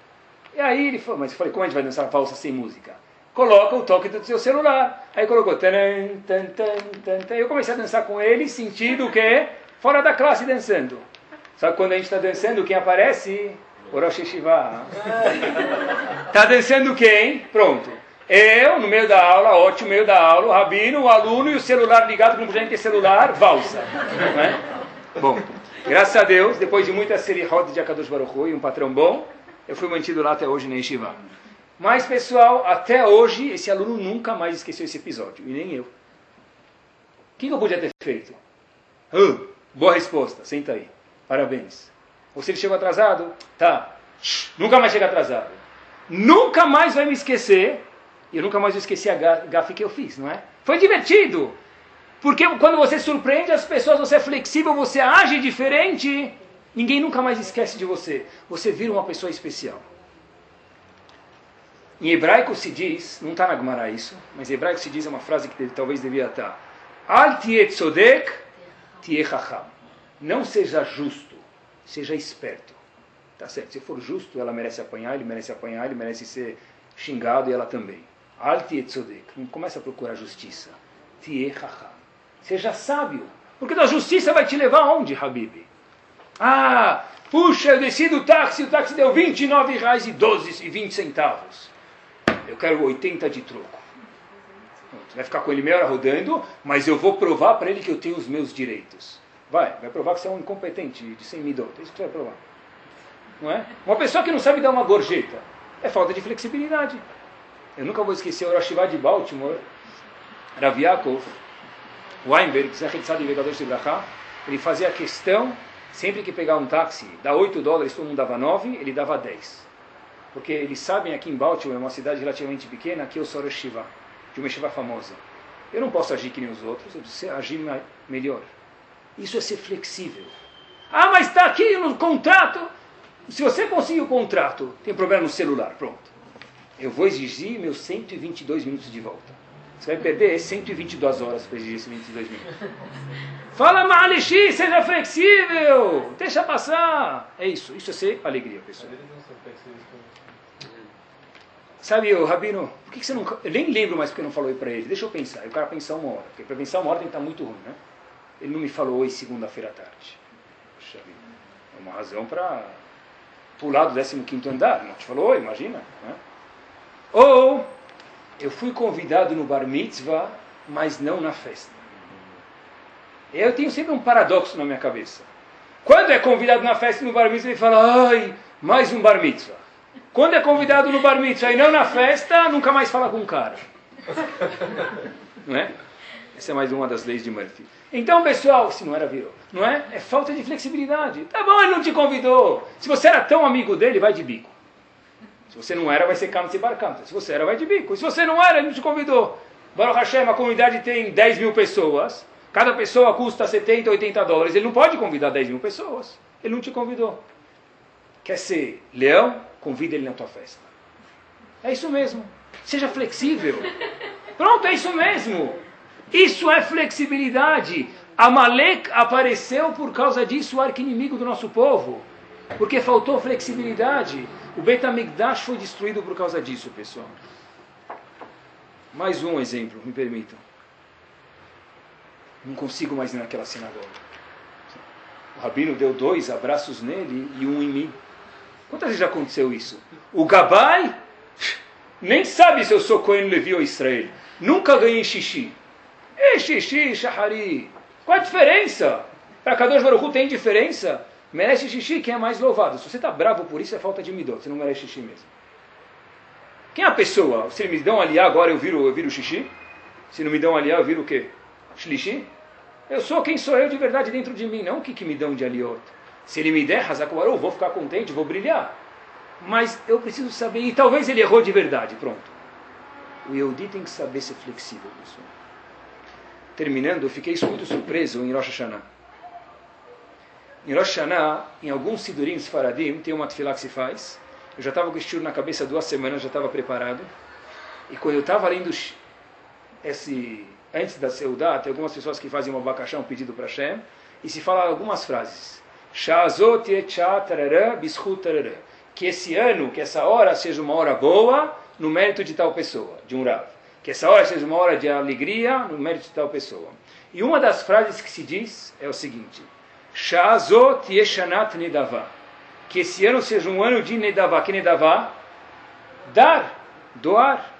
E aí ele falou, mas eu falei, como a gente vai dançar valsa sem música? Coloca o toque do seu celular. Aí colocou, taran, tan, tan, tan, tan. Eu comecei a dançar com ele, sentindo o quê? Fora da classe dançando. Só que quando a gente está dançando, quem aparece? O Rosh Yeshiva. Está dançando quem? Pronto. Eu, no meio da aula, ótimo, no meio da aula, o rabino, o aluno e o celular ligado, que não podia nem ter celular, valsa. Não é? Bom, graças a Deus, depois de muitas serihot de Akadosh Baruch Hu e um patrão bom, eu fui mantido lá até hoje na Yeshiva. Mas, pessoal, até hoje, esse aluno nunca mais esqueceu esse episódio. E nem eu. O que, que eu podia ter feito? Uh, boa resposta, senta aí. Parabéns. Ou se ele chegou atrasado, tá. Shhh, nunca mais chega atrasado. Nunca mais vai me esquecer. E eu nunca mais vou esquecer a gafe que eu fiz, não é? Foi divertido. Porque quando você surpreende as pessoas, você é flexível, você age diferente, ninguém nunca mais esquece de você. Você vira uma pessoa especial. Em hebraico se diz, não está na Gemara isso, mas em hebraico se diz uma frase que talvez devia estar. Al tiye tzodek, tiye chacham. Não seja justo, seja esperto. Tá certo, se for justo, ela merece apanhar, ele merece apanhar, ele merece ser xingado e ela também. Al tiye tzodek. Não começa a procurar justiça. Tiye chacham. Seja sábio. Porque da justiça vai te levar aonde, Habib? Ah, puxa, eu desci do táxi, o táxi deu vinte e nove reais e doze e vinte centavos. Eu quero oitenta de troco. Você vai ficar com ele meia hora rodando, mas eu vou provar para ele que eu tenho os meus direitos. Vai, vai provar que você é um incompetente de cem midot. É isso que você vai provar. Não é? Uma pessoa que não sabe dar uma gorjeta. É falta de flexibilidade. Eu nunca vou esquecer o Rosh Yeshiva de Baltimore, Rav Yaakov Weinberg, ele fazia a questão, sempre que pegar um táxi, dá oito dólares, todo mundo dava nove, ele dava dez. Porque eles sabem aqui em Baltimore, uma cidade relativamente pequena, que eu sou Rosh Yeshiva, de uma yeshiva famosa. Eu não posso agir que nem os outros, eu preciso agir melhor. Isso é ser flexível. Ah, mas está aqui no contrato. Se você conseguir o contrato, tem problema no celular, pronto. Eu vou exigir meus cento e vinte e dois minutos de volta. Você vai perder cento e vinte e duas horas para exigir esses vinte e dois minutos. Fala, Ma'alexi, seja flexível. Deixa passar. É isso. Isso é ser alegria, pessoal. Sabe, o Rabino, por que, que você não... Eu nem lembro mais porque não falou para ele. Deixa eu pensar. Eu quero pensar uma hora. Porque para pensar uma hora tem que estar muito ruim, né? Ele não me falou hoje, segunda-feira à tarde. Poxa vida. É uma razão para pular do décimo quinto andar. Não te falou, imagina. Né? Ou... eu fui convidado no bar mitzvah, mas não na festa. Eu tenho sempre um paradoxo na minha cabeça. Quando é convidado na festa no bar mitzvah, ele fala, ai, mais um bar mitzvah. Quando é convidado no bar mitzvah e não na festa, nunca mais fala com o cara. Não é? Essa é mais uma das leis de Murphy. Então, pessoal, se não era virou, não é? É falta de flexibilidade. Tá bom, ele não te convidou. Se você era tão amigo dele, vai de bico. Se você não era, vai ser campo de barcampo. Se você era, vai de bico. Se você não era, ele não te convidou. Baruch Hashem, a comunidade tem dez mil pessoas. Cada pessoa custa setenta, oitenta dólares. Ele não pode convidar dez mil pessoas. Ele não te convidou. Quer ser leão? Convida ele na tua festa. É isso mesmo. Seja flexível. Pronto, é isso mesmo. Isso é flexibilidade. Amalek apareceu por causa disso, o arqui-inimigo do nosso povo. Porque faltou flexibilidade. O Beit HaMikdash foi destruído por causa disso, pessoal. Mais um exemplo, me permitam. Não consigo mais ir naquela sinagoga. O Rabino deu dois abraços nele e um em mim. Quantas vezes já aconteceu isso? O Gabai nem sabe se eu sou Cohen Levi ou Israel. Nunca ganhei xixi. E xixi, shahari. Qual a diferença? Para Kadosh Baruch Hu tem diferença? Merece xixi quem é mais louvado. Se você está bravo por isso, é falta de midot. Você não merece xixi mesmo. Quem é a pessoa? Se me dão aliá, agora eu viro, eu viro xixi? Se não me dão aliá, eu viro o quê? Shlishi? Eu sou quem sou eu de verdade dentro de mim, não o que, que me dão de aliot. Se ele me der, Hazakubaru, eu vou ficar contente, vou brilhar. Mas eu preciso saber, e talvez ele errou de verdade, pronto. O Yehudi tem que saber ser flexível, pessoal. Terminando, eu fiquei muito surpreso em Rosh Hashanah. Em Rosh Hashanah, em alguns sidurim Sfaradim, tem uma tefilá que se faz. Eu já estava com esse tiro na cabeça há duas semanas, já estava preparado. E quando eu estava lendo esse, antes da Seudá, tem algumas pessoas que fazem uma abacaxá, um pedido para Hashem, e se fala algumas frases. Sha'azot yetcha tarará, bischut tarará. Que esse ano, que essa hora seja uma hora boa, no mérito de tal pessoa, de um Rav. Que essa hora seja uma hora de alegria, no mérito de tal pessoa. E uma das frases que se diz é o seguinte: Sha'azot yeshanat nedavá. Que esse ano seja um ano de nedavá. Que nedavá? Dar, doar.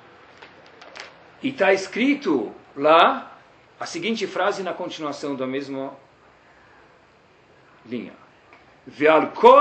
E está escrito lá a seguinte frase na continuação da mesma linha. Ve'al kol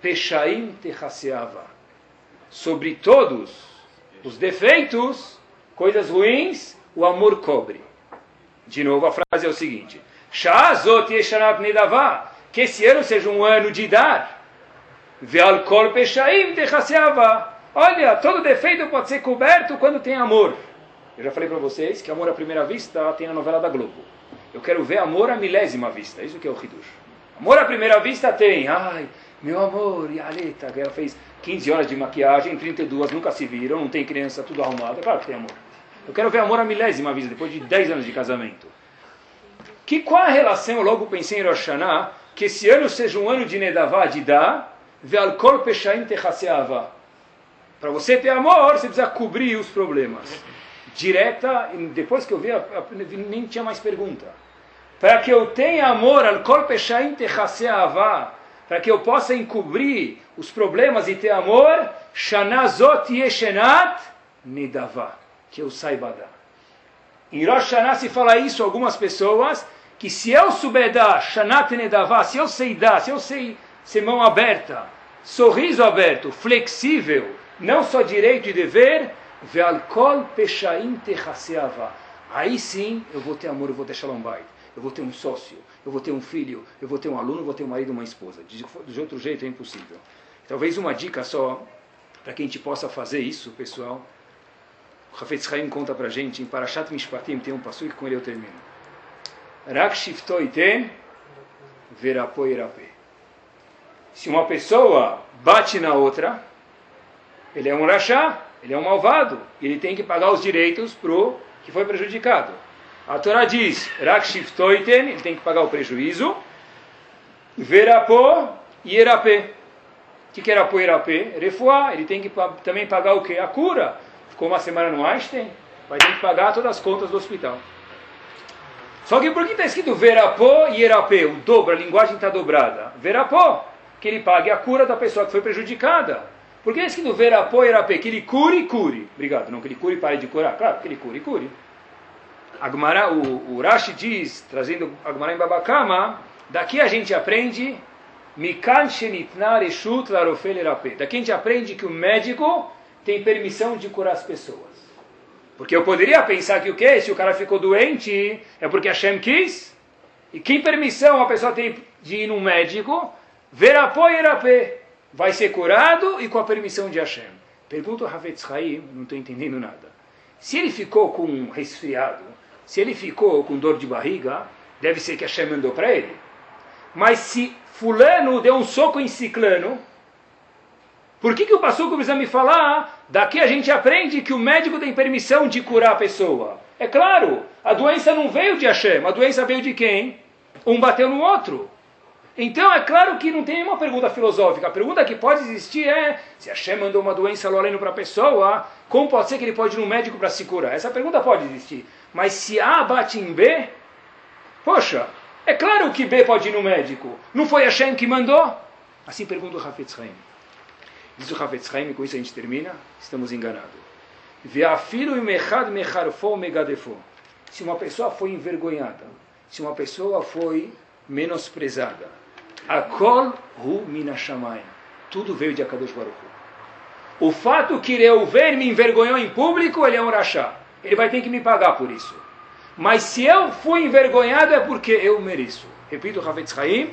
peshaim techaseava. Sobre todos os defeitos, coisas ruins, o amor cobre. De novo, a frase é o seguinte: Sha'azot yeshanat nedavá, que esse ano seja um ano de dar. Ve'al kol peshaim techaseava. Olha, todo defeito pode ser coberto quando tem amor. Eu já falei para vocês que amor à primeira vista tem na novela da Globo. Eu quero ver amor à milésima vista. Isso que é o Hidush. Amor à primeira vista tem. Ai, meu amor, e a Aleta, que ela fez quinze horas de maquiagem, trinta e duas nunca se viram, não tem criança, tudo arrumado. Claro que tem amor. Eu quero ver amor à milésima vista, depois de dez anos de casamento. Que qual a relação, eu logo pensei em Rosh Hashanah, que esse ano seja um ano de Nedavá, de dar, ve'al kol peshaim techaseava. Para você ter amor, você precisa cobrir os problemas. Direta, depois que eu vi, nem tinha mais pergunta. Para que eu tenha amor, al kol peshaim techaseava, para que eu possa encobrir os problemas e ter amor, shana zot yeshenat nedavá, que eu saiba dar. Em Rosh Hashanah se fala isso a algumas pessoas, que se eu souber dar shanat nedavá, se eu sei dar, se eu sei ser mão aberta, sorriso aberto, flexível, não só direito e dever, ve'al kol peshaim techaseava. Aí sim eu vou ter amor, eu vou ter shalom bait, eu vou ter um sócio, eu vou ter um filho, eu vou ter um aluno, eu vou ter um marido, uma esposa. De, de outro jeito é impossível. Talvez uma dica só, para que a gente possa fazer isso, pessoal. O Hafetz Haim conta para a gente, em Parashat Mishpatim, tem um passuque que com ele eu termino. Rak shifto iten verapo irape. Se uma pessoa bate na outra, ele é um rachá, ele é um malvado, ele tem que pagar os direitos pro que foi prejudicado. A Torá diz, Rak shifto iten, ele tem que pagar o prejuízo, verapo irape. O que, que era poirapé? Refuá, ele tem que também pagar o quê? A cura. Ficou uma semana no Einstein, vai ter que pagar todas as contas do hospital. Só que por que está escrito verapó e erapé? O dobro, a linguagem está dobrada. Verapó, que ele pague a cura da pessoa que foi prejudicada. Por que está escrito verapó e erapé? Que ele cure e cure. Obrigado, não que ele cure e pare de curar. Claro, que ele cure e cure. Agmará, o, o Rashi diz, trazendo Agmará em Babakama, daqui a gente aprende... Daqui a gente aprende que o médico tem permissão de curar as pessoas. Porque eu poderia pensar que o quê? Se o cara ficou doente, é porque Hashem quis. E que permissão a pessoa tem de ir num médico? Verapó e erapé. Vai ser curado e com a permissão de Hashem. Pergunta o Hafetz Haim, não estou entendendo nada. Se ele ficou com um resfriado, se ele ficou com dor de barriga, deve ser que Hashem mandou para ele. Mas se fulano deu um soco em ciclano, por que, que o passuco precisa me falar? Daqui a gente aprende que o médico tem permissão de curar a pessoa. É claro, a doença não veio de Hashem, a doença veio de quem? Um bateu no outro. Então é claro que não tem nenhuma pergunta filosófica. A pergunta que pode existir é, se Hashem mandou uma doença loleno para a pessoa, como pode ser que ele pode ir no médico para se curar? Essa pergunta pode existir. Mas se A bate em B, poxa, é claro que B pode ir no médico. Não foi Hashem que mandou? Assim pergunta o Hafetz Haim. Diz o Hafetz Haim, e com isso a gente termina, estamos enganados. Se uma pessoa foi envergonhada, se uma pessoa foi menosprezada, Akol hu minashamayim, tudo veio de Akadosh Baruch Hu. O fato que Reuven me envergonhou em público, ele é um rachá. Ele vai ter que me pagar por isso. Mas se eu fui envergonhado é porque eu mereço. Repito o Hafetz Haim.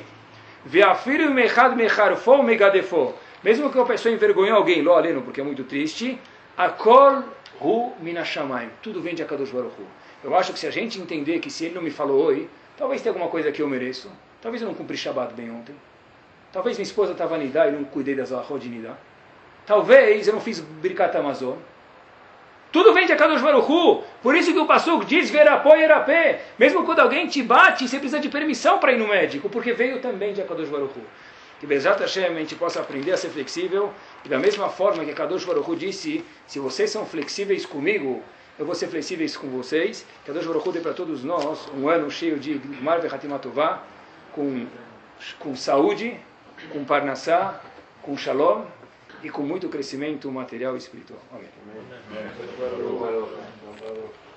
Mesmo que uma pessoa envergonhou alguém, lo aleno, porque é muito triste, Akol hu minashamayim. Tudo vem de Akadosh Baruch Hu. Eu acho que se a gente entender que se ele não me falou oi, talvez tenha alguma coisa que eu mereço. Talvez eu não cumpri Shabbat bem ontem. Talvez minha esposa estava nidá e não cuidei das alahot de nidá. Talvez eu não fiz Birkat Hamazon. Tudo vem de Akadosh Baruch Hu. Por isso que o Pasuk diz verapó e erapé. Mesmo quando alguém te bate, você precisa de permissão para ir no médico, porque veio também de Akadosh Baruch Hu. Que Bezat Hashem a gente possa aprender a ser flexível. E da mesma forma que Akadosh Baruch Hu disse, se vocês são flexíveis comigo, eu vou ser flexíveis com vocês. Que Akadosh Baruch Hu dê para todos nós um ano cheio de Gmar Vechatim Tová, com, com saúde, com parnassá, com shalom e com muito crescimento material e espiritual. Amém. Amém.